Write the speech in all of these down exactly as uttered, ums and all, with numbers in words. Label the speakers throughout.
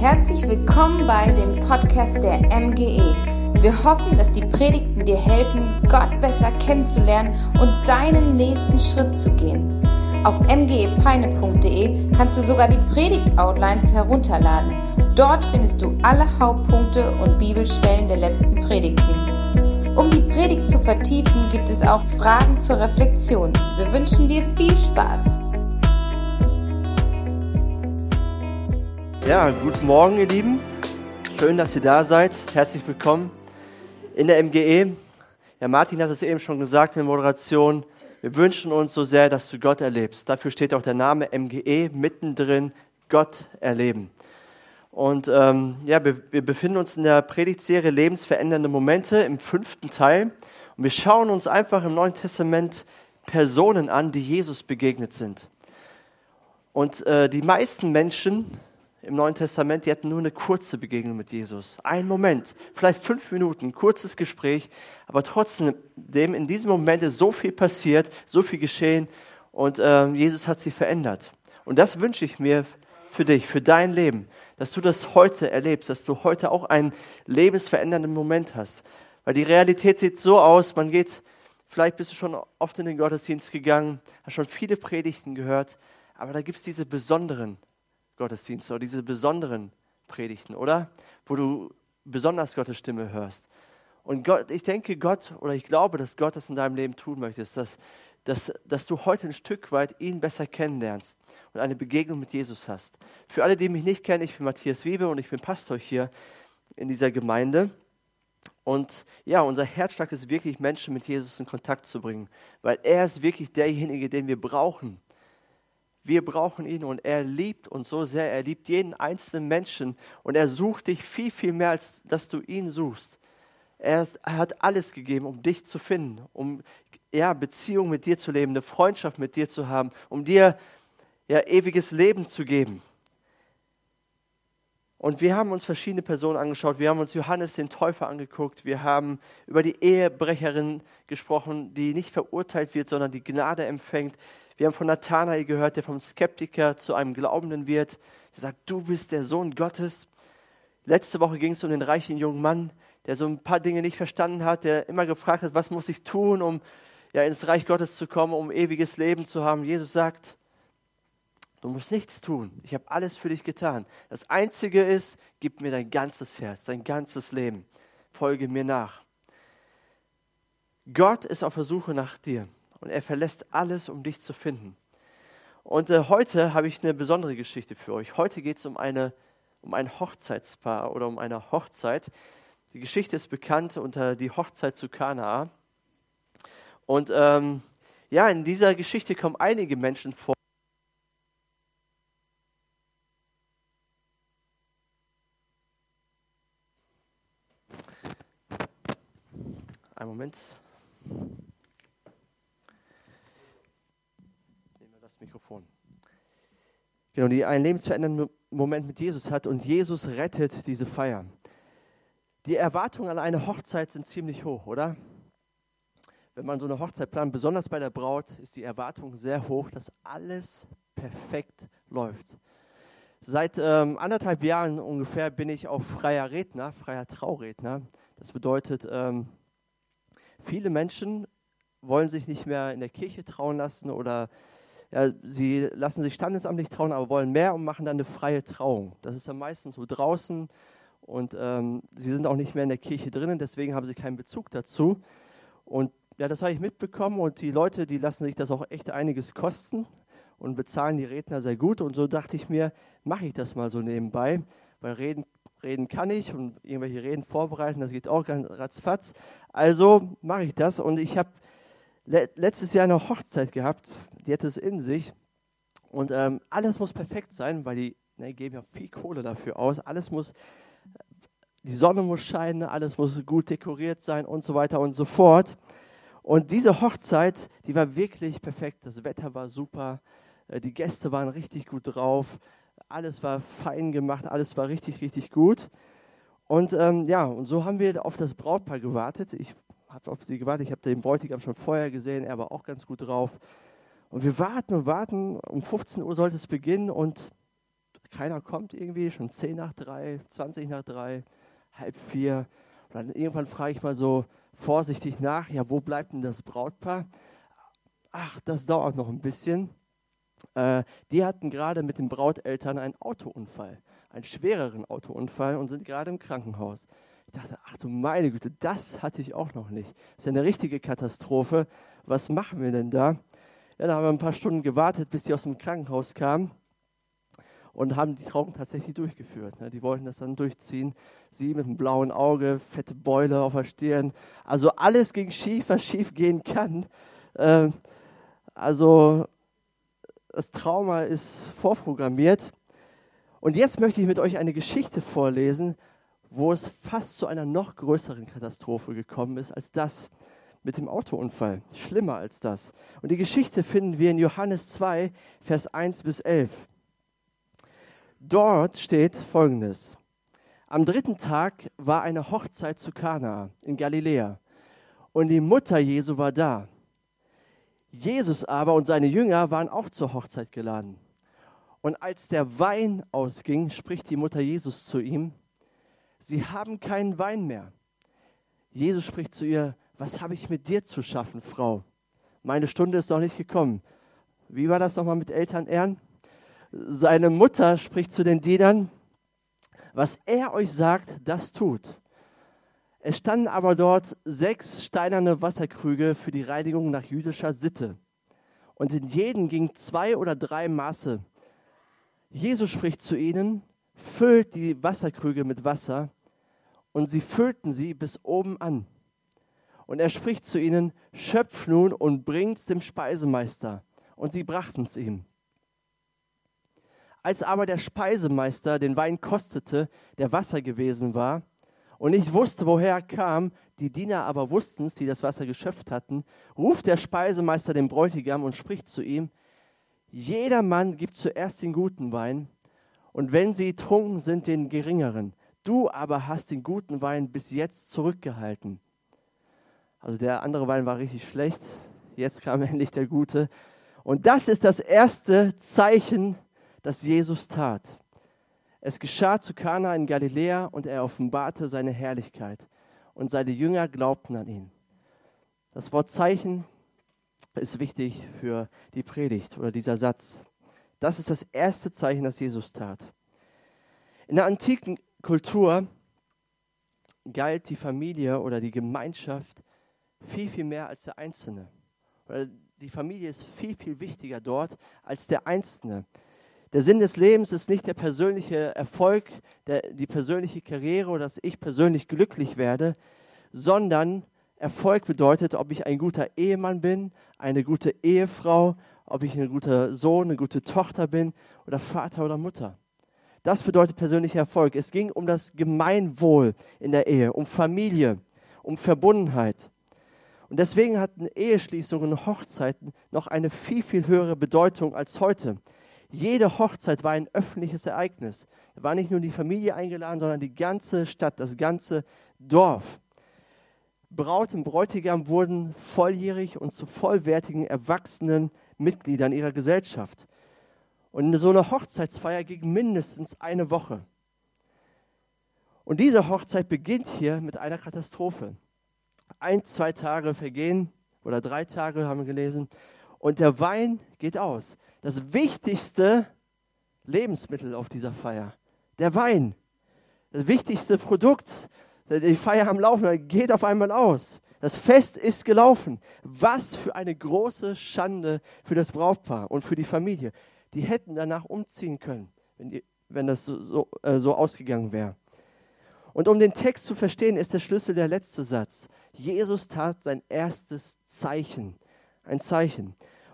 Speaker 1: Herzlich willkommen bei dem Podcast der M G E. Wir hoffen, dass die Predigten dir helfen, Gott besser kennenzulernen und deinen nächsten Schritt zu gehen. Auf m g e peine punkt d e kannst du sogar die Predigt-Outlines herunterladen. Dort findest du alle Hauptpunkte und Bibelstellen der letzten Predigten. Um die Predigt zu vertiefen, gibt es auch Fragen zur Reflexion. Wir wünschen dir viel Spaß.
Speaker 2: Ja, guten Morgen, ihr Lieben. Schön, dass ihr da seid. Herzlich willkommen in der M G E. Ja, Martin hat es eben schon gesagt in der Moderation. Wir wünschen uns so sehr, dass du Gott erlebst. Dafür steht auch der Name M G E, mittendrin Gott erleben. Und ähm, ja, wir, wir befinden uns in der Predigtserie Lebensverändernde Momente im fünften Teil. Und wir schauen uns einfach im Neuen Testament Personen an, die Jesus begegnet sind. Und äh, die meisten Menschen im Neuen Testament, die hatten nur eine kurze Begegnung mit Jesus. Einen Moment, vielleicht fünf Minuten, kurzes Gespräch, aber trotzdem, in diesem Moment ist so viel passiert, so viel geschehen und äh, Jesus hat sie verändert. Und das wünsche ich mir für dich, für dein Leben, dass du das heute erlebst, dass du heute auch einen lebensverändernden Moment hast. Weil die Realität sieht so aus, man geht, vielleicht bist du schon oft in den Gottesdienst gegangen, hast schon viele Predigten gehört, aber da gibt es diese besonderen Gottesdienste oder diese besonderen Predigten, oder? Wo du besonders Gottes Stimme hörst. Und Gott, ich denke, Gott, oder ich glaube, dass Gott das in deinem Leben tun möchte, dass, dass, dass du heute ein Stück weit ihn besser kennenlernst und eine Begegnung mit Jesus hast. Für alle, die mich nicht kennen, ich bin Matthias Wiebe und ich bin Pastor hier in dieser Gemeinde. Und ja, unser Herzschlag ist wirklich, Menschen mit Jesus in Kontakt zu bringen, weil er ist wirklich derjenige, den wir brauchen. Wir brauchen ihn und er liebt uns so sehr. Er liebt jeden einzelnen Menschen und er sucht dich viel, viel mehr, als dass du ihn suchst. Er, ist, er hat alles gegeben, um dich zu finden, um ja, Beziehung mit dir zu leben, eine Freundschaft mit dir zu haben, um dir ja, ewiges Leben zu geben. Und wir haben uns verschiedene Personen angeschaut. Wir haben uns Johannes den Täufer angeguckt. Wir haben über die Ehebrecherin gesprochen, die nicht verurteilt wird, sondern die Gnade empfängt. Wir haben von Nathanael gehört, der vom Skeptiker zu einem Glaubenden wird. Der sagt, du bist der Sohn Gottes. Letzte Woche ging es um den reichen jungen Mann, der so ein paar Dinge nicht verstanden hat, der immer gefragt hat, was muss ich tun, um ja, ins Reich Gottes zu kommen, um ewiges Leben zu haben. Jesus sagt, du musst nichts tun. Ich habe alles für dich getan. Das Einzige ist, gib mir dein ganzes Herz, dein ganzes Leben. Folge mir nach. Gott ist auf der Suche nach dir. Und er verlässt alles, um dich zu finden. Und äh, heute habe ich eine besondere Geschichte für euch. Heute geht es um, eine, um ein Hochzeitspaar oder um eine Hochzeit. Die Geschichte ist bekannt unter die Hochzeit zu Kana. Und ähm, ja, in dieser Geschichte kommen einige Menschen vor. Einen Moment. Mikrofon. Genau, die einen lebensverändernden Moment mit Jesus hat und Jesus rettet diese Feier. Die Erwartungen an eine Hochzeit sind ziemlich hoch, oder? Wenn man so eine Hochzeit plant, besonders bei der Braut, ist die Erwartung sehr hoch, dass alles perfekt läuft. Seit ähm, anderthalb Jahren ungefähr bin ich auch freier Redner, freier Trauredner. Das bedeutet, ähm, viele Menschen wollen sich nicht mehr in der Kirche trauen lassen oder Ja, sie lassen sich standesamtlich trauen, aber wollen mehr und machen dann eine freie Trauung. Das ist dann meistens so draußen und ähm, sie sind auch nicht mehr in der Kirche drinnen, deswegen haben sie keinen Bezug dazu. Und ja, das habe ich mitbekommen und die Leute, die lassen sich das auch echt einiges kosten und bezahlen die Redner sehr gut. Und so dachte ich mir, mache ich das mal so nebenbei, weil reden, reden kann ich und irgendwelche Reden vorbereiten, das geht auch ganz ratzfatz. Also mache ich das und ich habe letztes Jahr eine Hochzeit gehabt, die hatte es in sich und ähm, alles muss perfekt sein, weil die ne, geben ja viel Kohle dafür aus, alles muss, die Sonne muss scheinen, alles muss gut dekoriert sein und so weiter und so fort. Und diese Hochzeit, die war wirklich perfekt, das Wetter war super, äh, die Gäste waren richtig gut drauf, alles war fein gemacht, alles war richtig, richtig gut. Und ähm, ja, und so haben wir auf das Brautpaar gewartet. Ich habe auf die gewartet, ich habe den Bräutigam schon vorher gesehen, er war auch ganz gut drauf. Und wir warten und warten, um fünfzehn Uhr sollte es beginnen und keiner kommt irgendwie, schon zehn nach drei, zwanzig nach drei, halb vier. Und dann irgendwann frage ich mal so vorsichtig nach, ja, wo bleibt denn das Brautpaar? Ach, das dauert noch ein bisschen. Äh, die hatten gerade mit den Brauteltern einen Autounfall, einen schwereren Autounfall und sind gerade im Krankenhaus. Ich dachte, ach du meine Güte, das hatte ich auch noch nicht. Das ist ja eine richtige Katastrophe. Was machen wir denn da? Ja, dann haben wir ein paar Stunden gewartet, bis die aus dem Krankenhaus kamen und haben die Trauung tatsächlich durchgeführt. Die wollten das dann durchziehen. Sie mit einem blauen Auge, fette Beule auf der Stirn. Also alles ging schief, was schief gehen kann. Äh, also das Trauma ist vorprogrammiert. Und jetzt möchte ich mit euch eine Geschichte vorlesen, wo es fast zu einer noch größeren Katastrophe gekommen ist als das mit dem Autounfall. Schlimmer als das. Und die Geschichte finden wir in Johannes zwei, Vers eins bis elf. Dort steht Folgendes. Am dritten Tag war eine Hochzeit zu Kana in Galiläa und die Mutter Jesu war da. Jesus aber und seine Jünger waren auch zur Hochzeit geladen. Und als der Wein ausging, spricht die Mutter Jesus zu ihm, Sie haben keinen Wein mehr. Jesus spricht zu ihr, was habe ich mit dir zu schaffen, Frau? Meine Stunde ist noch nicht gekommen. Wie war das nochmal mit Elternehren? Seine Mutter spricht zu den Dienern, was er euch sagt, das tut. Es standen aber dort sechs steinerne Wasserkrüge für die Reinigung nach jüdischer Sitte. Und in jeden ging zwei oder drei Maße. Jesus spricht zu ihnen, füllt die Wasserkrüge mit Wasser, und sie füllten sie bis oben an. Und er spricht zu ihnen, schöpft nun und bringt's dem Speisemeister. Und sie brachten's ihm. Als aber der Speisemeister den Wein kostete, der Wasser gewesen war, und nicht wusste, woher er kam, die Diener aber wussten's, die das Wasser geschöpft hatten, ruft der Speisemeister den Bräutigam und spricht zu ihm, jedermann gibt zuerst den guten Wein, und wenn sie trunken sind, den geringeren. Du aber hast den guten Wein bis jetzt zurückgehalten. Also der andere Wein war richtig schlecht, jetzt kam endlich der gute. Und das ist das erste Zeichen, das Jesus tat. Es geschah zu Kana in Galiläa und er offenbarte seine Herrlichkeit. Und seine Jünger glaubten an ihn. Das Wort Zeichen ist wichtig für die Predigt oder dieser Satz. Das ist das erste Zeichen, das Jesus tat. In der antiken Kultur galt die Familie oder die Gemeinschaft viel, viel mehr als der Einzelne. Oder die Familie ist viel, viel wichtiger dort als der Einzelne. Der Sinn des Lebens ist nicht der persönliche Erfolg, der, die persönliche Karriere oder dass ich persönlich glücklich werde, sondern Erfolg bedeutet, ob ich ein guter Ehemann bin, eine gute Ehefrau, ob ich ein guter Sohn, eine gute Tochter bin oder Vater oder Mutter. Das bedeutet persönlicher Erfolg. Es ging um das Gemeinwohl in der Ehe, um Familie, um Verbundenheit. Und deswegen hatten Eheschließungen und Hochzeiten noch eine viel, viel höhere Bedeutung als heute. Jede Hochzeit war ein öffentliches Ereignis. Da war nicht nur die Familie eingeladen, sondern die ganze Stadt, das ganze Dorf. Braut und Bräutigam wurden volljährig und zu vollwertigen, erwachsenen Mitgliedern ihrer Gesellschaft. Und so eine Hochzeitsfeier ging mindestens eine Woche. Und diese Hochzeit beginnt hier mit einer Katastrophe. Ein, zwei Tage vergehen, oder drei Tage haben wir gelesen, und der Wein geht aus. Das wichtigste Lebensmittel auf dieser Feier, der Wein. Das wichtigste Produkt, die Feier am Laufen, geht auf einmal aus. Das Fest ist gelaufen. Was für eine große Schande für das Brautpaar und für die Familie. Die hätten danach umziehen können, wenn, die, wenn das so, so, äh, so ausgegangen wäre. Und um den Text zu verstehen, ist der Schlüssel der letzte Satz. Jesus tat sein erstes Zeichen. Ein Zeichen.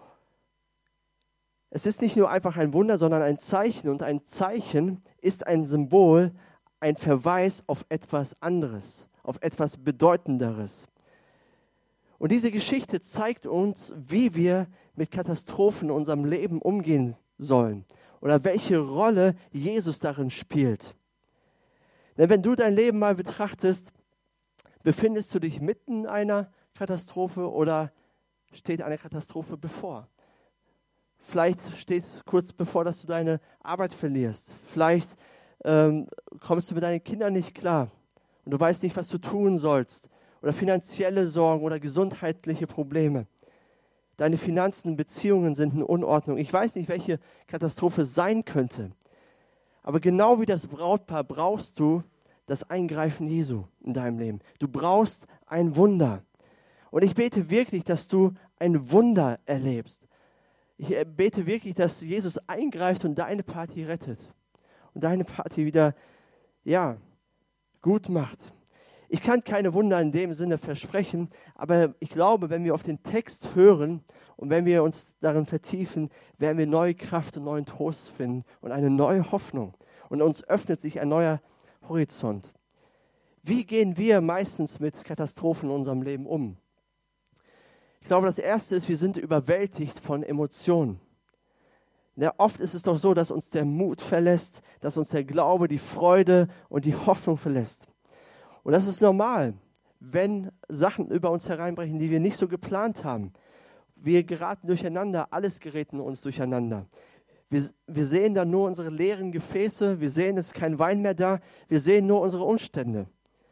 Speaker 2: Es ist nicht nur einfach ein Wunder, sondern ein Zeichen. Und ein Zeichen ist ein Symbol, ein Verweis auf etwas anderes, auf etwas Bedeutenderes. Und diese Geschichte zeigt uns, wie wir mit Katastrophen in unserem Leben umgehen sollen oder welche Rolle Jesus darin spielt. Denn wenn du dein Leben mal betrachtest, befindest du dich mitten in einer Katastrophe oder steht eine Katastrophe bevor? Vielleicht steht es kurz bevor, dass du deine Arbeit verlierst. Vielleicht ähm, kommst du mit deinen Kindern nicht klar und du weißt nicht, was du tun sollst. Oder finanzielle Sorgen oder gesundheitliche Probleme. Deine Finanzen, Beziehungen sind in Unordnung. Ich weiß nicht, welche Katastrophe es sein könnte. Aber genau wie das Brautpaar brauchst du das Eingreifen Jesu in deinem Leben. Du brauchst ein Wunder. Und ich bete wirklich, dass du ein Wunder erlebst. Ich bete wirklich, dass Jesus eingreift und deine Party rettet. Und deine Party wieder, ja, gut macht. Ich kann keine Wunder in dem Sinne versprechen, aber ich glaube, wenn wir auf den Text hören und wenn wir uns darin vertiefen, werden wir neue Kraft und neuen Trost finden und eine neue Hoffnung. Und uns öffnet sich ein neuer Horizont. Wie gehen wir meistens mit Katastrophen in unserem Leben um? Ich glaube, das Erste ist, wir sind überwältigt von Emotionen. Ja, oft ist es doch so, dass uns der Mut verlässt, dass uns der Glaube, die Freude und die Hoffnung verlässt. Und das ist normal, wenn Sachen über uns hereinbrechen, die wir nicht so geplant haben. Wir geraten durcheinander, alles gerät in uns durcheinander. Wir, wir sehen dann nur unsere leeren Gefäße, wir sehen, es ist kein Wein mehr da, wir sehen nur unsere Umstände.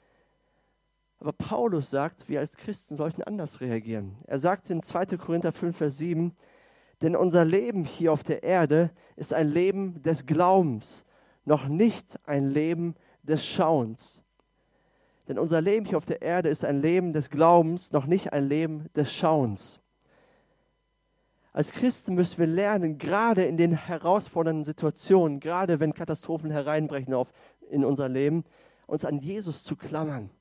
Speaker 2: Aber Paulus sagt, wir als Christen sollten anders reagieren. Er sagt in zweiter Korinther fünf, Vers sieben, denn unser Leben hier auf der Erde ist ein Leben des Glaubens, noch nicht ein Leben des Schauens. Denn unser Leben hier auf der Erde ist ein Leben des Glaubens, noch nicht ein Leben des Schauens. Als Christen müssen wir lernen, gerade in den herausfordernden Situationen, gerade wenn Katastrophen hereinbrechen auf, in unser Leben, uns an Jesus zu klammern.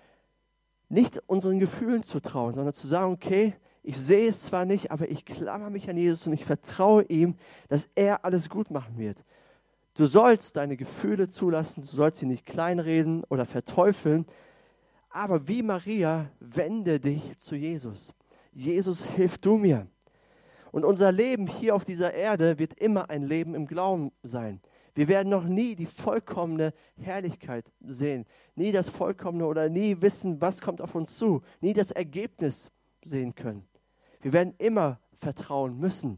Speaker 2: Nicht unseren Gefühlen zu trauen, sondern zu sagen, okay, ich sehe es zwar nicht, aber ich klammer mich an Jesus und ich vertraue ihm, dass er alles gut machen wird. Du sollst deine Gefühle zulassen, du sollst sie nicht kleinreden oder verteufeln, aber wie Maria, wende dich zu Jesus. Jesus, hilf du mir. Und unser Leben hier auf dieser Erde wird immer ein Leben im Glauben sein. Wir werden noch nie die vollkommene Herrlichkeit sehen, nie das Vollkommene oder nie wissen, was kommt auf uns zu, nie das Ergebnis sehen können. Wir werden immer vertrauen müssen.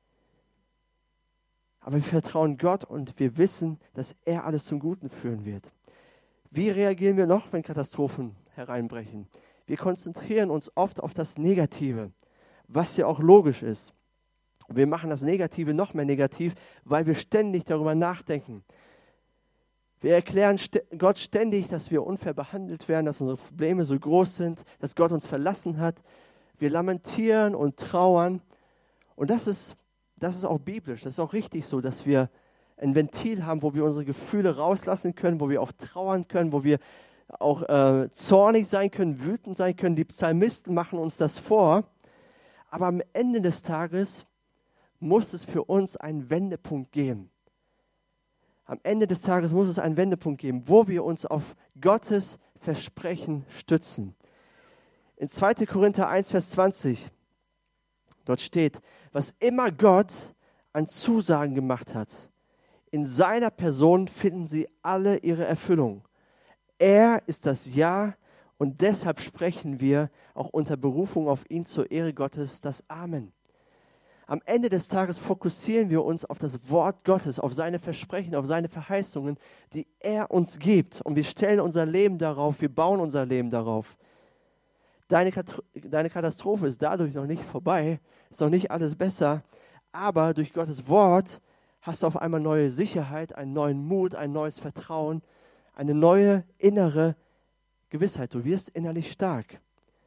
Speaker 2: Aber wir vertrauen Gott und wir wissen, dass er alles zum Guten führen wird. Wie reagieren wir noch, wenn Katastrophen hereinbrechen? Wir konzentrieren uns oft auf das Negative, was ja auch logisch ist. Wir machen das Negative noch mehr negativ, weil wir ständig darüber nachdenken. Wir erklären st- Gott ständig, dass wir unfair behandelt werden, dass unsere Probleme so groß sind, dass Gott uns verlassen hat. Wir lamentieren und trauern. Und das ist, das ist auch biblisch, das ist auch richtig so, dass wir ein Ventil haben, wo wir unsere Gefühle rauslassen können, wo wir auch trauern können, wo wir auch äh, zornig sein können, wütend sein können. Die Psalmisten machen uns das vor. Aber am Ende des Tages muss es für uns einen Wendepunkt geben. Am Ende des Tages muss es einen Wendepunkt geben, wo wir uns auf Gottes Versprechen stützen. In zweiter Korinther eins, Vers zwanzig, dort steht, was immer Gott an Zusagen gemacht hat, in seiner Person finden sie alle ihre Erfüllung. Er ist das Ja und deshalb sprechen wir auch unter Berufung auf ihn zur Ehre Gottes das Amen. Am Ende des Tages fokussieren wir uns auf das Wort Gottes, auf seine Versprechen, auf seine Verheißungen, die er uns gibt. Und wir stellen unser Leben darauf, wir bauen unser Leben darauf. Deine, Kat- deine Katastrophe ist dadurch noch nicht vorbei, ist noch nicht alles besser, aber durch Gottes Wort hast du auf einmal neue Sicherheit, einen neuen Mut, ein neues Vertrauen, eine neue innere Gewissheit. Du wirst innerlich stark.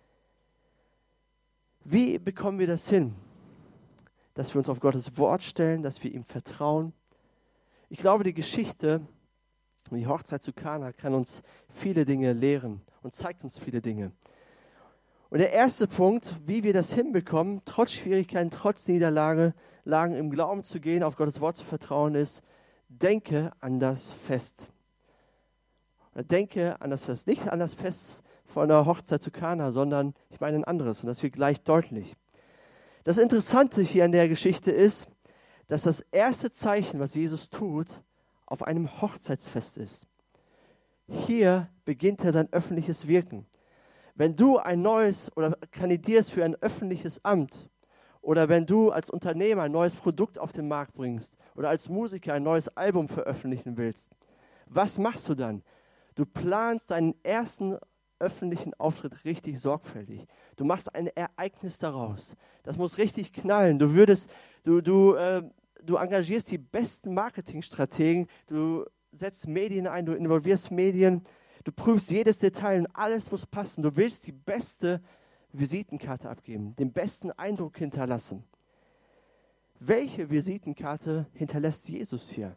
Speaker 2: Wie bekommen wir das hin? Dass wir uns auf Gottes Wort stellen, dass wir ihm vertrauen. Ich glaube, die Geschichte, die Hochzeit zu Kana, kann uns viele Dinge lehren und zeigt uns viele Dinge. Und der erste Punkt, wie wir das hinbekommen, trotz Schwierigkeiten, trotz Niederlage, Lagen im Glauben zu gehen, auf Gottes Wort zu vertrauen, ist, denke an das Fest. Oder denke an das Fest, nicht an das Fest von der Hochzeit zu Kana, sondern ich meine ein anderes und das wird gleich deutlich. Das Interessante hier an der Geschichte ist, dass das erste Zeichen, was Jesus tut, auf einem Hochzeitsfest ist. Hier beginnt er sein öffentliches Wirken. Wenn du ein neues oder kandidierst für ein öffentliches Amt Oder wenn du als Unternehmer ein neues Produkt auf den Markt bringst oder als Musiker ein neues Album veröffentlichen willst, was machst du dann? Du planst deinen ersten öffentlichen Auftritt richtig sorgfältig. Du machst ein Ereignis daraus. Das muss richtig knallen. Du würdest, du, du, äh, du engagierst die besten Marketingstrategen, du setzt Medien ein, du involvierst Medien, du prüfst jedes Detail und alles muss passen. Du willst die beste Visitenkarte abgeben, den besten Eindruck hinterlassen. Welche Visitenkarte hinterlässt Jesus hier?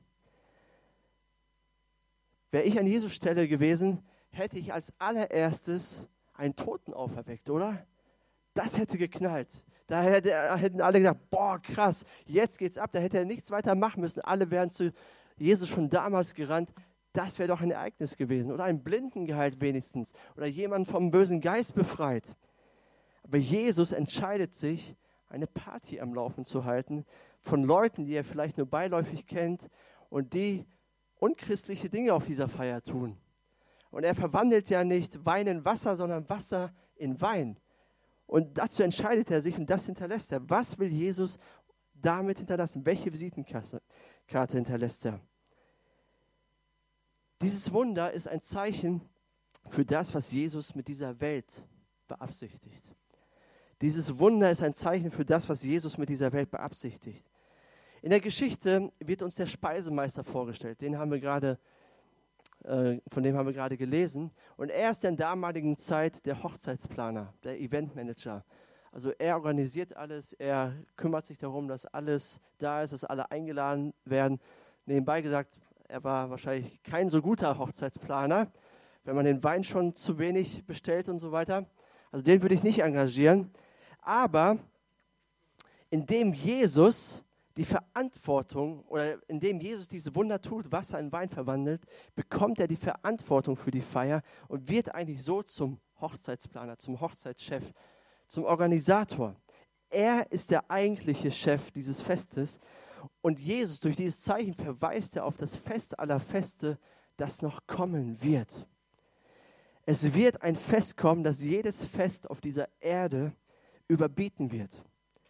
Speaker 2: Wäre ich an Jesus Stelle gewesen, hätte ich als allererstes einen Toten auferweckt, oder? Das hätte geknallt. Da hätte, hätten alle gedacht, boah, krass, jetzt geht's ab. Da hätte er nichts weiter machen müssen. Alle wären zu Jesus schon damals gerannt. Das wäre doch ein Ereignis gewesen. Oder einen Blinden geheilt wenigstens. Oder jemanden vom bösen Geist befreit. Aber Jesus entscheidet sich, eine Party am Laufen zu halten von Leuten, die er vielleicht nur beiläufig kennt und die unchristliche Dinge auf dieser Feier tun. Und er verwandelt ja nicht Wein in Wasser, sondern Wasser in Wein. Und dazu entscheidet er sich und das hinterlässt er. Was will Jesus damit hinterlassen? Welche Visitenkarte hinterlässt er? Dieses Wunder ist ein Zeichen für das, was Jesus mit dieser Welt beabsichtigt. Dieses Wunder ist ein Zeichen für das, was Jesus mit dieser Welt beabsichtigt. In der Geschichte wird uns der Speisemeister vorgestellt. Den haben wir gerade Von dem haben wir gerade gelesen. Und er ist in der damaligen Zeit der Hochzeitsplaner, der Eventmanager. Also er organisiert alles, er kümmert sich darum, dass alles da ist, dass alle eingeladen werden. Nebenbei gesagt, er war wahrscheinlich kein so guter Hochzeitsplaner, wenn man den Wein schon zu wenig bestellt und so weiter. Also den würde ich nicht engagieren. Aber indem Jesus die Verantwortung, oder indem Jesus diese Wunder tut, Wasser in Wein verwandelt, bekommt er die Verantwortung für die Feier und wird eigentlich so zum Hochzeitsplaner, zum Hochzeitschef, zum Organisator. Er ist der eigentliche Chef dieses Festes und Jesus, durch dieses Zeichen verweist er auf das Fest aller Feste, das noch kommen wird. Es wird ein Fest kommen, das jedes Fest auf dieser Erde überbieten wird.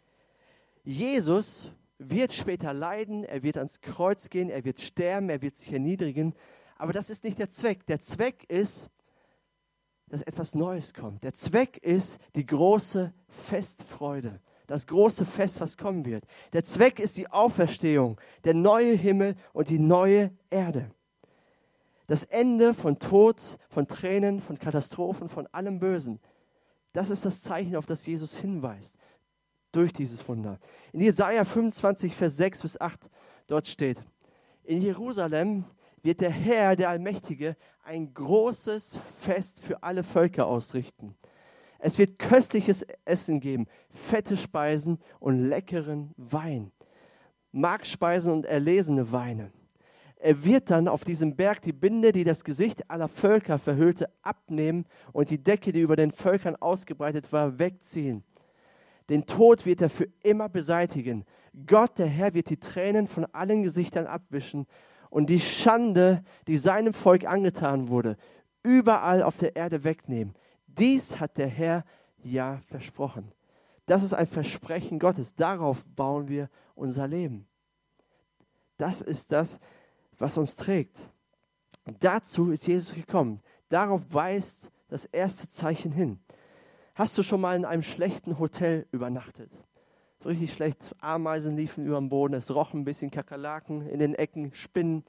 Speaker 2: Jesus wird später leiden, er wird ans Kreuz gehen, er wird sterben, er wird sich erniedrigen. Aber das ist nicht der Zweck. Der Zweck ist, dass etwas Neues kommt. Der Zweck ist die große Festfreude, das große Fest, was kommen wird. Der Zweck ist die Auferstehung, der neue Himmel und die neue Erde. Das Ende von Tod, von Tränen, von Katastrophen, von allem Bösen. Das ist das Zeichen, auf das Jesus hinweist. Durch dieses Wunder. In Jesaja fünfundzwanzig, Vers sechs bis acht, dort steht: In Jerusalem wird der Herr, der Allmächtige, ein großes Fest für alle Völker ausrichten. Es wird köstliches Essen geben, fette Speisen und leckeren Wein, Markspeisen und erlesene Weine. Er wird dann auf diesem Berg die Binde, die das Gesicht aller Völker verhüllte, abnehmen und die Decke, die über den Völkern ausgebreitet war, wegziehen. Den Tod wird er für immer beseitigen. Gott, der Herr, wird die Tränen von allen Gesichtern abwischen und die Schande, die seinem Volk angetan wurde, überall auf der Erde wegnehmen. Dies hat der Herr ja versprochen. Das ist ein Versprechen Gottes. Darauf bauen wir unser Leben. Das ist das, was uns trägt. Und dazu ist Jesus gekommen. Darauf weist das erste Zeichen hin. Hast du schon mal in einem schlechten Hotel übernachtet? So richtig schlecht, Ameisen liefen über den Boden, es roch ein bisschen Kakerlaken in den Ecken, Spinnen.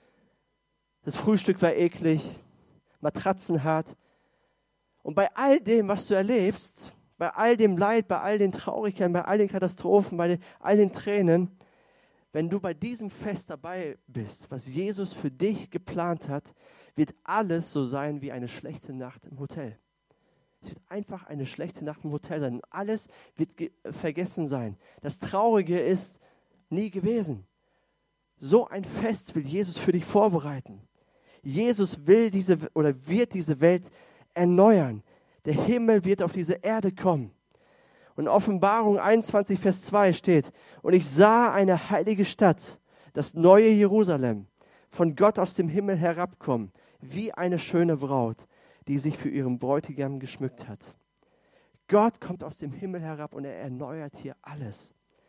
Speaker 2: Das Frühstück war eklig, Matratzen hart. Und bei all dem, was du erlebst, bei all dem Leid, bei all den Traurigkeiten, bei all den Katastrophen, bei den, all den Tränen, wenn du bei diesem Fest dabei bist, was Jesus für dich geplant hat, wird alles so sein wie eine schlechte Nacht im Hotel. Es wird einfach eine schlechte Nacht im Hotel sein. Alles wird ge- vergessen sein. Das Traurige ist nie gewesen. So ein Fest will Jesus für dich vorbereiten. Jesus will diese oder wird diese Welt erneuern. Der Himmel wird auf diese Erde kommen. Und in Offenbarung einundzwanzig, Vers zwei steht: Und ich sah eine heilige Stadt, das neue Jerusalem, von Gott aus dem Himmel herabkommen, wie eine schöne Braut, die sich für ihren Bräutigam geschmückt hat. Gott kommt aus dem Himmel herab und er erneuert hier alles.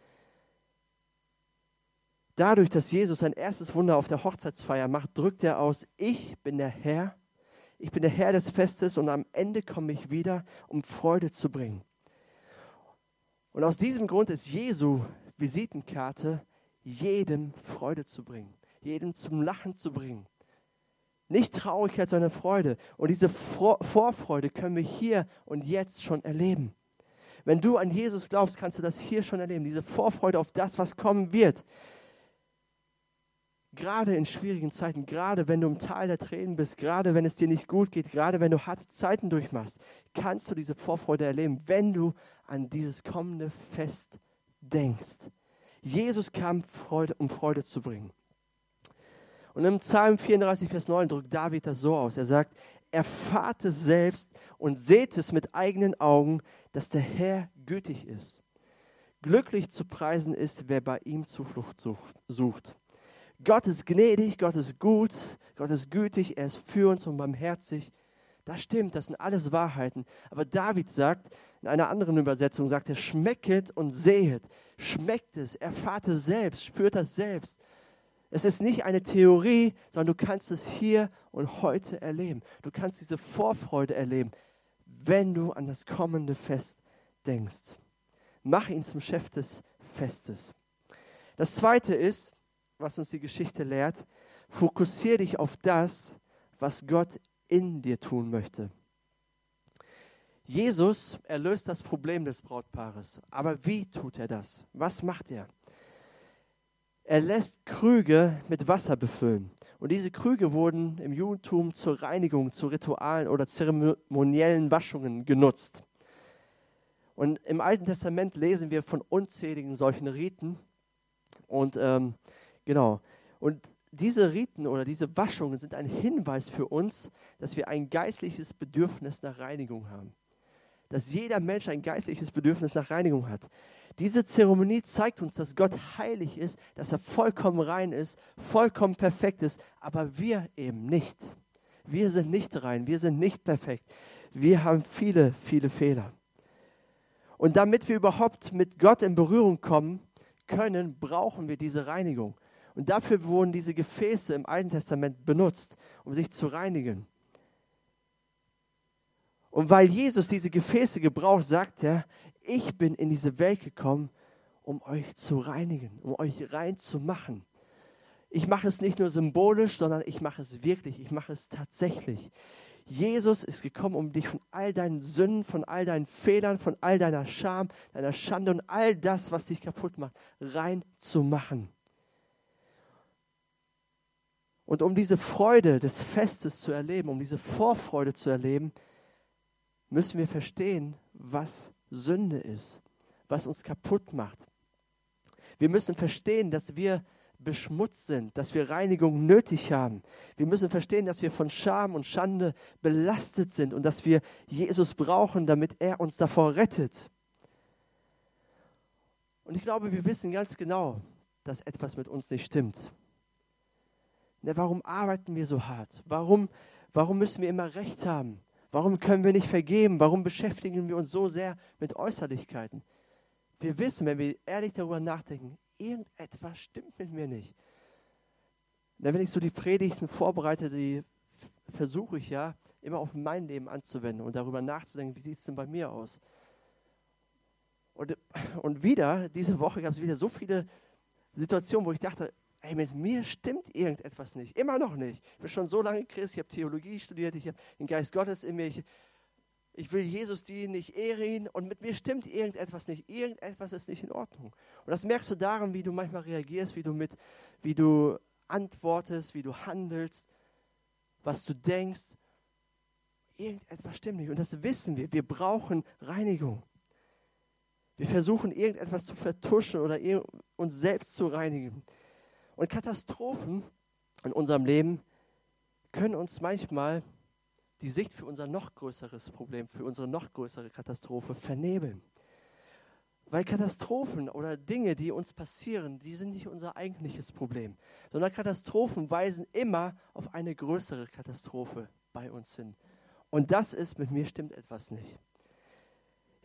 Speaker 2: Dadurch, dass Jesus sein erstes Wunder auf der Hochzeitsfeier macht, drückt er aus, ich bin der Herr, ich bin der Herr des Festes und am Ende komme ich wieder, um Freude zu bringen. Und aus diesem Grund ist Jesu Visitenkarte, jedem Freude zu bringen, jedem zum Lachen zu bringen. Nicht Traurigkeit, sondern Freude. Und diese Vorfreude können wir hier und jetzt schon erleben. Wenn du an Jesus glaubst, kannst du das hier schon erleben, diese Vorfreude auf das, was kommen wird. Gerade in schwierigen Zeiten, gerade wenn du im Tal der Tränen bist, gerade wenn es dir nicht gut geht, gerade wenn du harte Zeiten durchmachst, kannst du diese Vorfreude erleben, wenn du an dieses kommende Fest denkst. Jesus kam, Freude, um Freude zu bringen. Und im Psalm vierunddreißig, Vers neun drückt David das so aus. Er sagt, erfahrt es selbst und seht es mit eigenen Augen, dass der Herr gütig ist. Glücklich zu preisen ist, wer bei ihm Zuflucht sucht. Gott ist gnädig, Gott ist gut, Gott ist gütig, er ist für uns und barmherzig. Das stimmt, das sind alles Wahrheiten. Aber David sagt, in einer anderen Übersetzung sagt er, schmecket und sehet. Schmeckt es, erfahrt es selbst, spürt das selbst. Es ist nicht eine Theorie, sondern du kannst es hier und heute erleben. Du kannst diese Vorfreude erleben, wenn du an das kommende Fest denkst. Mach ihn zum Chef des Festes. Das Zweite ist, was uns die Geschichte lehrt, fokussiere dich auf das, was Gott in dir tun möchte. Jesus erlöst das Problem des Brautpaares. Aber wie tut er das? Was macht er? Er lässt Krüge mit Wasser befüllen. Und diese Krüge wurden im Judentum zur Reinigung, zu Ritualen oder zeremoniellen Waschungen genutzt. Und im Alten Testament lesen wir von unzähligen solchen Riten. Und ähm, genau. Und diese Riten oder diese Waschungen sind ein Hinweis für uns, dass wir ein geistliches Bedürfnis nach Reinigung haben. Dass jeder Mensch ein geistliches Bedürfnis nach Reinigung hat. Diese Zeremonie zeigt uns, dass Gott heilig ist, dass er vollkommen rein ist, vollkommen perfekt ist, aber wir eben nicht. Wir sind nicht rein, wir sind nicht perfekt. Wir haben viele, viele Fehler. Und damit wir überhaupt mit Gott in Berührung kommen können, brauchen wir diese Reinigung. Und dafür wurden diese Gefäße im Alten Testament benutzt, um sich zu reinigen. Und weil Jesus diese Gefäße gebraucht, sagt er, ich bin in diese Welt gekommen, um euch zu reinigen, um euch rein zu machen. Ich mache es nicht nur symbolisch, sondern ich mache es wirklich, ich mache es tatsächlich. Jesus ist gekommen, um dich von all deinen Sünden, von all deinen Fehlern, von all deiner Scham, deiner Schande und all das, was dich kaputt macht, rein zu machen. Und um diese Freude des Festes zu erleben, um diese Vorfreude zu erleben, müssen wir verstehen, was Sünde ist, was uns kaputt macht. Wir müssen verstehen, dass wir beschmutzt sind, dass wir Reinigung nötig haben. Wir müssen verstehen, dass wir von Scham und Schande belastet sind und dass wir Jesus brauchen, damit er uns davor rettet. Und ich glaube, wir wissen ganz genau, dass etwas mit uns nicht stimmt. Na, warum arbeiten wir so hart? Warum, warum müssen wir immer Recht haben? Warum können wir nicht vergeben? Warum beschäftigen wir uns so sehr mit Äußerlichkeiten? Wir wissen, wenn wir ehrlich darüber nachdenken, irgendetwas stimmt mit mir nicht. Und wenn ich so die Predigten vorbereite, die versuche ich ja immer auf mein Leben anzuwenden und darüber nachzudenken, wie sieht es denn bei mir aus? Und, und wieder, diese Woche gab es wieder so viele Situationen, wo ich dachte, ey, mit mir stimmt irgendetwas nicht. Immer noch nicht. Ich bin schon so lange Christ, ich habe Theologie studiert, ich habe den Geist Gottes in mir, ich, ich will Jesus dienen, ich ehre ihn und mit mir stimmt irgendetwas nicht. Irgendetwas ist nicht in Ordnung. Und das merkst du daran, wie du manchmal reagierst, wie du, mit, wie du antwortest, wie du handelst, was du denkst. Irgendetwas stimmt nicht und das wissen wir. Wir brauchen Reinigung. Wir versuchen irgendetwas zu vertuschen oder uns selbst zu reinigen. Und Katastrophen in unserem Leben können uns manchmal die Sicht für unser noch größeres Problem, für unsere noch größere Katastrophe vernebeln. Weil Katastrophen oder Dinge, die uns passieren, die sind nicht unser eigentliches Problem, sondern Katastrophen weisen immer auf eine größere Katastrophe bei uns hin. Und das ist, mit mir stimmt etwas nicht.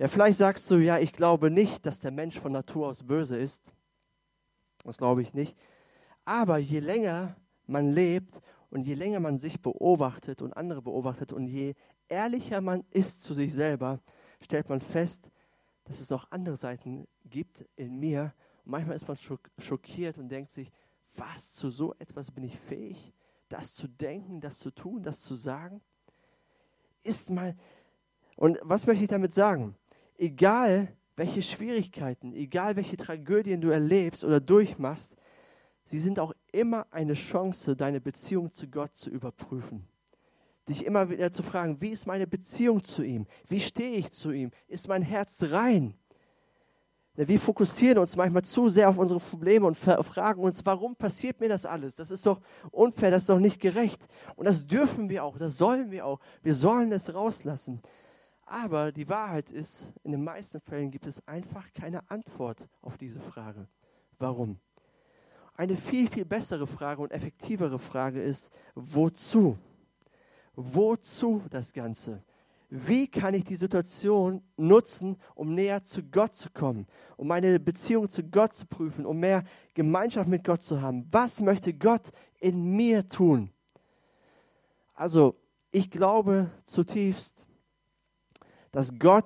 Speaker 2: Ja, vielleicht sagst du, ja, ich glaube nicht, dass der Mensch von Natur aus böse ist. Das glaube ich nicht. Aber je länger man lebt und je länger man sich beobachtet und andere beobachtet und je ehrlicher man ist zu sich selber, stellt man fest, dass es noch andere Seiten gibt in mir. Und manchmal ist man schockiert und denkt sich, was, zu so etwas bin ich fähig? Das zu denken, das zu tun, das zu sagen? Ist mal. Und was möchte ich damit sagen? Egal, welche Schwierigkeiten, egal, welche Tragödien du erlebst oder durchmachst, sie sind auch immer eine Chance, deine Beziehung zu Gott zu überprüfen. Dich immer wieder zu fragen, wie ist meine Beziehung zu ihm? Wie stehe ich zu ihm? Ist mein Herz rein? Wir fokussieren uns manchmal zu sehr auf unsere Probleme und fragen uns, warum passiert mir das alles? Das ist doch unfair, das ist doch nicht gerecht. Und das dürfen wir auch, das sollen wir auch. Wir sollen es rauslassen. Aber die Wahrheit ist, in den meisten Fällen gibt es einfach keine Antwort auf diese Frage. Warum? Eine viel, viel bessere Frage und effektivere Frage ist, wozu? Wozu das Ganze? Wie kann ich die Situation nutzen, um näher zu Gott zu kommen, um meine Beziehung zu Gott zu prüfen, um mehr Gemeinschaft mit Gott zu haben? Was möchte Gott in mir tun? Also, ich glaube zutiefst, dass Gott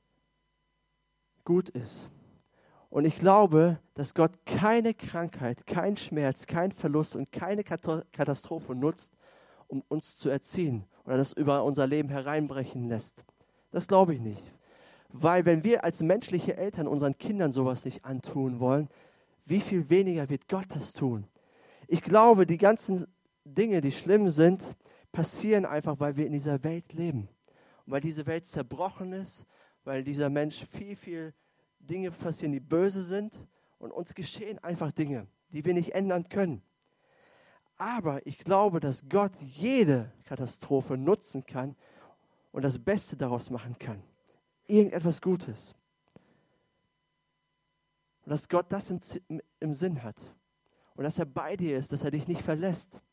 Speaker 2: gut ist. Und ich glaube, dass Gott keine Krankheit, kein Schmerz, kein Verlust und keine Katastrophe nutzt, um uns zu erziehen oder das über unser Leben hereinbrechen lässt. Das glaube ich nicht. Weil wenn wir als menschliche Eltern unseren Kindern sowas nicht antun wollen, wie viel weniger wird Gott das tun? Ich glaube, die ganzen Dinge, die schlimm sind, passieren einfach, weil wir in dieser Welt leben. Und weil diese Welt zerbrochen ist, weil dieser Mensch viel, viel Dinge passieren, die böse sind und uns geschehen einfach Dinge, die wir nicht ändern können. Aber ich glaube, dass Gott jede Katastrophe nutzen kann und das Beste daraus machen kann. Irgendetwas Gutes. Und dass Gott das im, im Sinn hat. Und dass er bei dir ist, dass er dich nicht verlässt.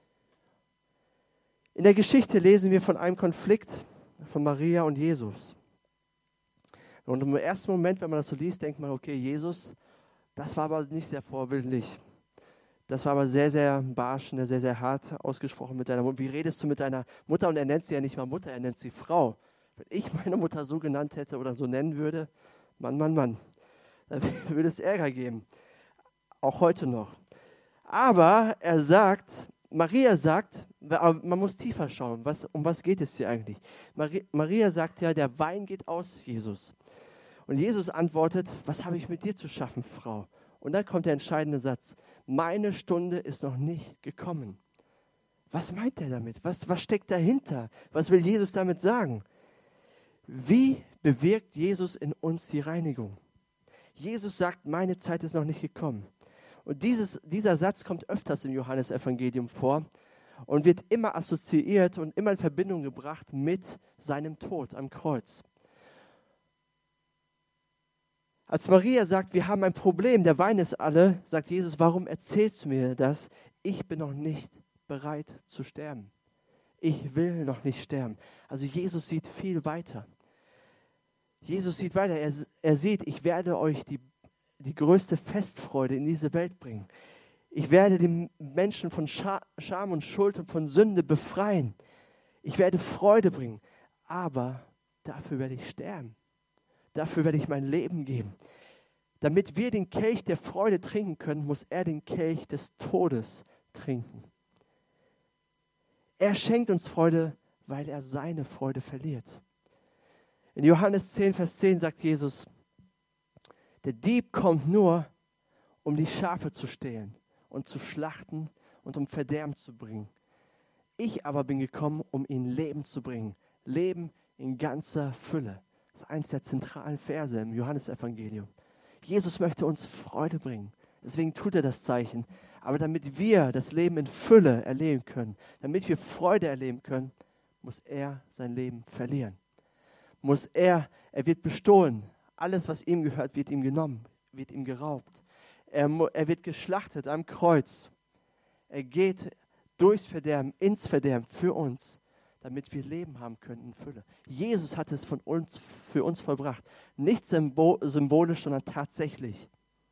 Speaker 2: In der Geschichte lesen wir von einem Konflikt von Maria und Jesus. Und im ersten Moment, wenn man das so liest, denkt man, okay, Jesus, das war aber nicht sehr vorbildlich. Das war aber sehr, sehr barsch, sehr, sehr hart ausgesprochen mit deiner Mutter. Wie redest du mit deiner Mutter? Und er nennt sie ja nicht mal Mutter, er nennt sie Frau. Wenn ich meine Mutter so genannt hätte oder so nennen würde, Mann, Mann, Mann, dann würde es Ärger geben. Auch heute noch. Aber er sagt, Maria sagt, man muss tiefer schauen, was, um was geht es hier eigentlich? Maria sagt ja, der Wein geht aus, Jesus. Und Jesus antwortet, was habe ich mit dir zu schaffen, Frau? Und dann kommt der entscheidende Satz, meine Stunde ist noch nicht gekommen. Was meint er damit? Was, was steckt dahinter? Was will Jesus damit sagen? Wie bewirkt Jesus in uns die Reinigung? Jesus sagt, meine Zeit ist noch nicht gekommen. Und dieses, dieser Satz kommt öfters im Johannesevangelium vor und wird immer assoziiert und immer in Verbindung gebracht mit seinem Tod am Kreuz. Als Maria sagt, wir haben ein Problem, der Wein ist alle, sagt Jesus, warum erzählst du mir das? Ich bin noch nicht bereit zu sterben. Ich will noch nicht sterben. Also Jesus sieht viel weiter. Jesus sieht weiter. Er, er sieht, ich werde euch die, die größte Festfreude in diese Welt bringen. Ich werde die Menschen von Scham und Schuld und von Sünde befreien. Ich werde Freude bringen. Aber dafür werde ich sterben. Dafür werde ich mein Leben geben. Damit wir den Kelch der Freude trinken können, muss er den Kelch des Todes trinken. Er schenkt uns Freude, weil er seine Freude verliert. In Johannes zehn, Vers zehn sagt Jesus, der Dieb kommt nur, um die Schafe zu stehlen und zu schlachten und um Verderben zu bringen. Ich aber bin gekommen, um ihnen Leben zu bringen. Leben in ganzer Fülle. Das ist eines der zentralen Verse im Johannesevangelium. Jesus möchte uns Freude bringen. Deswegen tut er das Zeichen. Aber damit wir das Leben in Fülle erleben können, damit wir Freude erleben können, muss er sein Leben verlieren. Muss er, er wird bestohlen. Alles, was ihm gehört, wird ihm genommen, wird ihm geraubt. Er, er wird geschlachtet am Kreuz. Er geht durchs Verderben, ins Verderben für uns, damit wir Leben haben können in Fülle. Jesus hat es von uns, für uns vollbracht. Nicht symbo- symbolisch, sondern tatsächlich.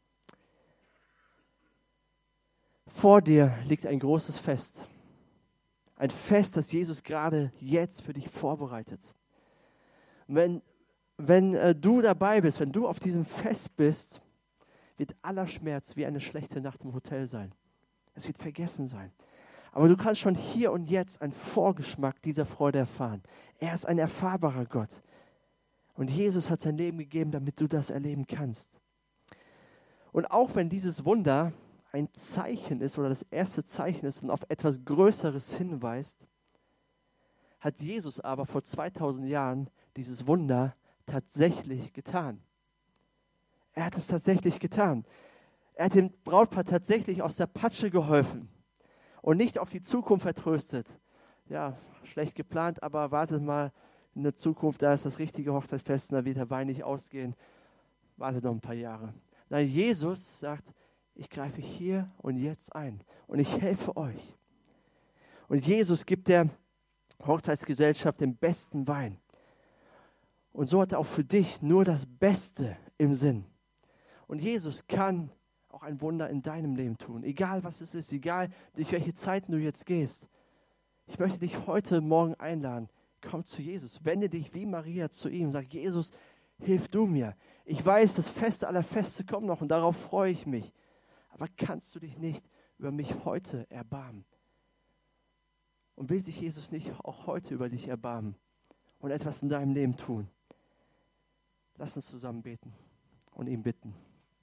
Speaker 2: Vor dir liegt ein großes Fest. Ein Fest, das Jesus gerade jetzt für dich vorbereitet. Wenn, wenn äh, du dabei bist, wenn du auf diesem Fest bist, wird aller Schmerz wie eine schlechte Nacht im Hotel sein. Es wird vergessen sein. Aber du kannst schon hier und jetzt einen Vorgeschmack dieser Freude erfahren. Er ist ein erfahrbarer Gott. Und Jesus hat sein Leben gegeben, damit du das erleben kannst. Und auch wenn dieses Wunder ein Zeichen ist oder das erste Zeichen ist und auf etwas Größeres hinweist, hat Jesus aber vor zweitausend Jahren dieses Wunder tatsächlich getan. Er hat es tatsächlich getan. Er hat dem Brautpaar tatsächlich aus der Patsche geholfen und nicht auf die Zukunft vertröstet. Ja, schlecht geplant, aber wartet mal in der Zukunft, da ist das richtige Hochzeitsfest und da wird der Wein nicht ausgehen. Wartet noch ein paar Jahre. Nein, Jesus sagt, ich greife hier und jetzt ein und ich helfe euch. Und Jesus gibt der Hochzeitsgesellschaft den besten Wein. Und so hat er auch für dich nur das Beste im Sinn. Und Jesus kann auch ein Wunder in deinem Leben tun, egal was es ist, egal durch welche Zeiten du jetzt gehst. Ich möchte dich heute Morgen einladen, komm zu Jesus, wende dich wie Maria zu ihm, sag, Jesus, hilf du mir. Ich weiß, das Feste aller Feste kommt noch und darauf freue ich mich. Aber kannst du dich nicht über mich heute erbarmen? Und will sich Jesus nicht auch heute über dich erbarmen und etwas in deinem Leben tun? Lass uns zusammen beten und ihn bitten.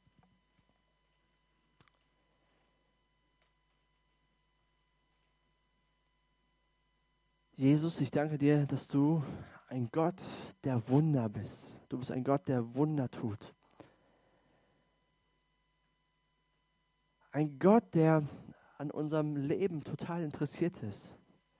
Speaker 2: Jesus, ich danke dir, dass du ein Gott der Wunder bist. Du bist ein Gott, der Wunder tut. Ein Gott, der an unserem Leben total interessiert ist.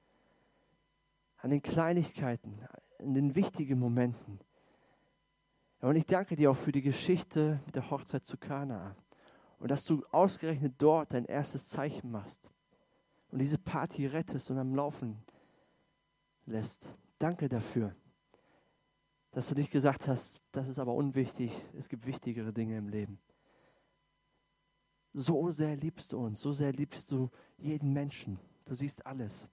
Speaker 2: An den Kleinigkeiten, in den wichtigen Momenten. Ja, und ich danke dir auch für die Geschichte mit der Hochzeit zu Kana. Und dass du ausgerechnet dort dein erstes Zeichen machst. Und diese Party rettest und am Laufen lässt. Danke dafür, dass du nicht gesagt hast, das ist aber unwichtig, es gibt wichtigere Dinge im Leben. So sehr liebst du uns, so sehr liebst du jeden Menschen. Du siehst alles.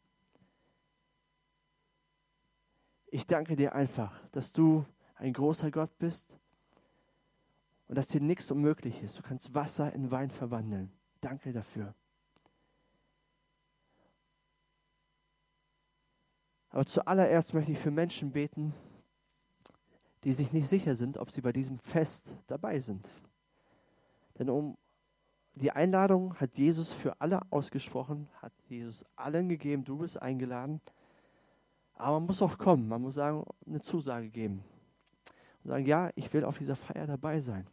Speaker 2: Ich danke dir einfach, dass du ein großer Gott bist und dass dir nichts unmöglich ist. Du kannst Wasser in Wein verwandeln. Danke dafür. Aber zuallererst möchte ich für Menschen beten, die sich nicht sicher sind, ob sie bei diesem Fest dabei sind. Denn um die Einladung hat Jesus für alle ausgesprochen, hat Jesus allen gegeben, du bist eingeladen. Aber man muss auch kommen, man muss sagen, eine Zusage geben. Und sagen, ja, ich will auf dieser Feier dabei sein.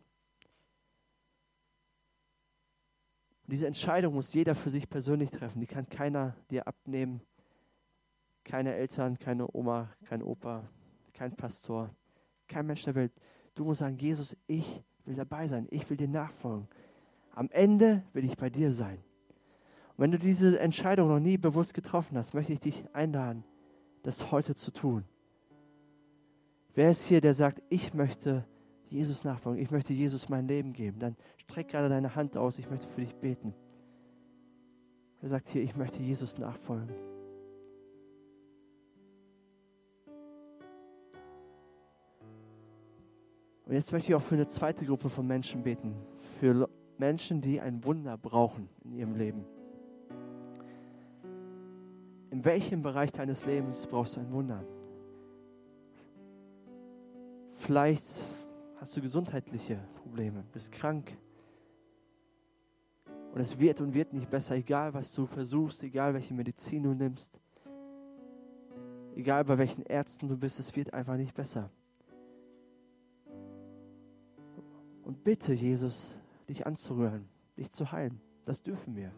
Speaker 2: Und diese Entscheidung muss jeder für sich persönlich treffen. Die kann keiner dir abnehmen. Keine Eltern, keine Oma, kein Opa, kein Pastor, kein Mensch der Welt. Du musst sagen, Jesus, ich will dabei sein, ich will dir nachfolgen. Am Ende will ich bei dir sein. Und wenn du diese Entscheidung noch nie bewusst getroffen hast, möchte ich dich einladen, das heute zu tun. Wer ist hier, der sagt, ich möchte Jesus nachfolgen, ich möchte Jesus mein Leben geben? Dann streck gerade deine Hand aus, ich möchte für dich beten. Wer sagt hier, ich möchte Jesus nachfolgen? Und jetzt möchte ich auch für eine zweite Gruppe von Menschen beten. Für Menschen, die ein Wunder brauchen in ihrem Leben. In welchem Bereich deines Lebens brauchst du ein Wunder? Vielleicht hast du gesundheitliche Probleme, bist krank. Und es wird und wird nicht besser, egal was du versuchst, egal welche Medizin du nimmst. Egal bei welchen Ärzten du bist, es wird einfach nicht besser. Und bitte, Jesus, dich anzurühren, dich zu heilen. Das dürfen wir.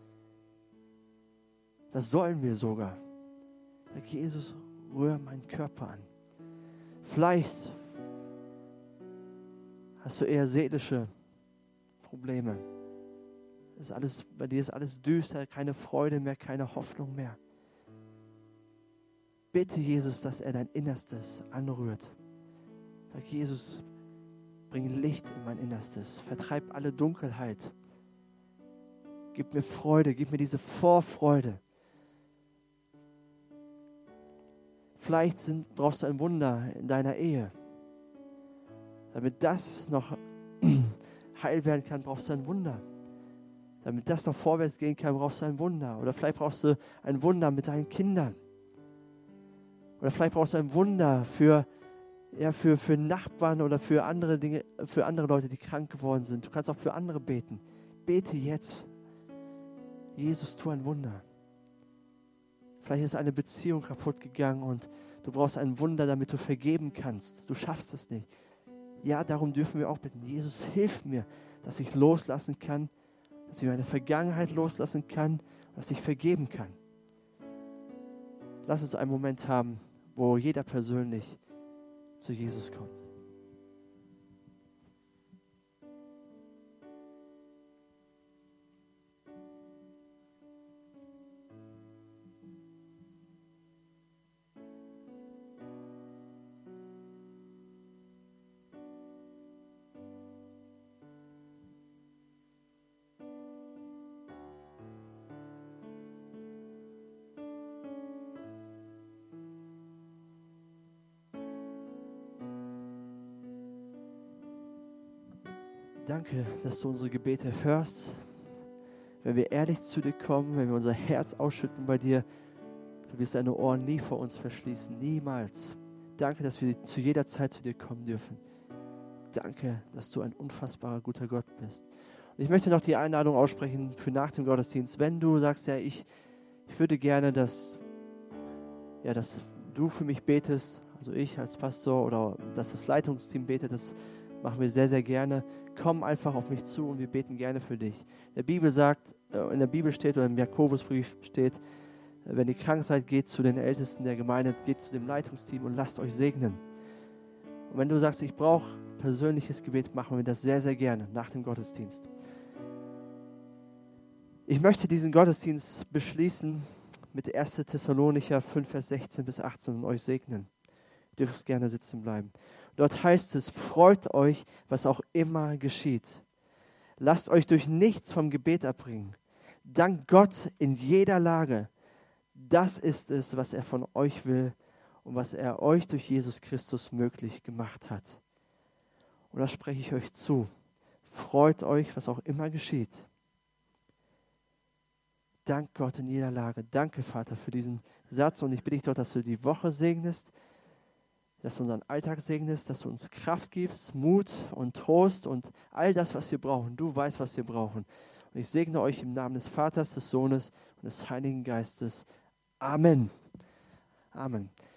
Speaker 2: Das sollen wir sogar. Sag, Jesus, rühr meinen Körper an. Vielleicht hast du eher seelische Probleme. Das ist alles, bei dir ist alles düster, keine Freude mehr, keine Hoffnung mehr. bitte Jesus, dass er dein Innerstes anrührt. Sag, Jesus, bring Licht in mein Innerstes. Vertreib alle Dunkelheit. Gib mir Freude, gib mir diese Vorfreude. Vielleicht sind, brauchst du ein Wunder in deiner Ehe. Damit das noch heil werden kann, brauchst du ein Wunder. Damit das noch vorwärts gehen kann, brauchst du ein Wunder. Oder vielleicht brauchst du ein Wunder mit deinen Kindern. Oder vielleicht brauchst du ein Wunder für, ja, für, für Nachbarn oder für andere Dinge, für andere Leute, die krank geworden sind. Du kannst auch für andere beten. Bete jetzt. Jesus, tu ein Wunder. Vielleicht ist eine Beziehung kaputt gegangen und du brauchst ein Wunder, damit du vergeben kannst. Du schaffst es nicht. Ja, darum dürfen wir auch bitten. Jesus, hilf mir, dass ich loslassen kann, dass ich meine Vergangenheit loslassen kann, dass ich vergeben kann. Lass uns einen Moment haben, wo jeder persönlich zu Jesus kommt. Danke, dass du unsere Gebete hörst. Wenn wir ehrlich zu dir kommen, wenn wir unser Herz ausschütten bei dir, du wirst deine Ohren nie vor uns verschließen, niemals. Danke, dass wir zu jeder Zeit zu dir kommen dürfen. Danke, dass du ein unfassbarer guter Gott bist. Und ich möchte noch die Einladung aussprechen für nach dem Gottesdienst. Wenn du sagst, ja, ich, ich würde gerne, dass, ja, dass du für mich betest, also ich als Pastor oder dass das Leitungsteam betet, das machen wir sehr, sehr gerne. Komm einfach auf mich zu und wir beten gerne für dich. In der Bibel sagt, in der Bibel steht oder im Jakobusbrief steht, wenn ihr krank seid, geht zu den Ältesten der Gemeinde, geht zu dem Leitungsteam und lasst euch segnen. Und wenn du sagst, ich brauche persönliches Gebet, machen wir das sehr, sehr gerne nach dem Gottesdienst. Ich möchte diesen Gottesdienst beschließen mit erster Thessalonicher fünf, Vers sechzehn bis achtzehn und euch segnen. Ihr dürft gerne sitzen bleiben. Dort heißt es, freut euch, was auch immer geschieht. Lasst euch durch nichts vom Gebet abbringen. Dankt Gott in jeder Lage. Das ist es, was er von euch will und was er euch durch Jesus Christus möglich gemacht hat. Und das spreche ich euch zu. Freut euch, was auch immer geschieht. Dankt Gott in jeder Lage. Danke, Vater, für diesen Satz. Und ich bitte dich dort, dass du die Woche segnest, dass du unseren Alltag segnest, dass du uns Kraft gibst, Mut und Trost und all das, was wir brauchen. Du weißt, was wir brauchen. Und ich segne euch im Namen des Vaters, des Sohnes und des Heiligen Geistes. Amen. Amen.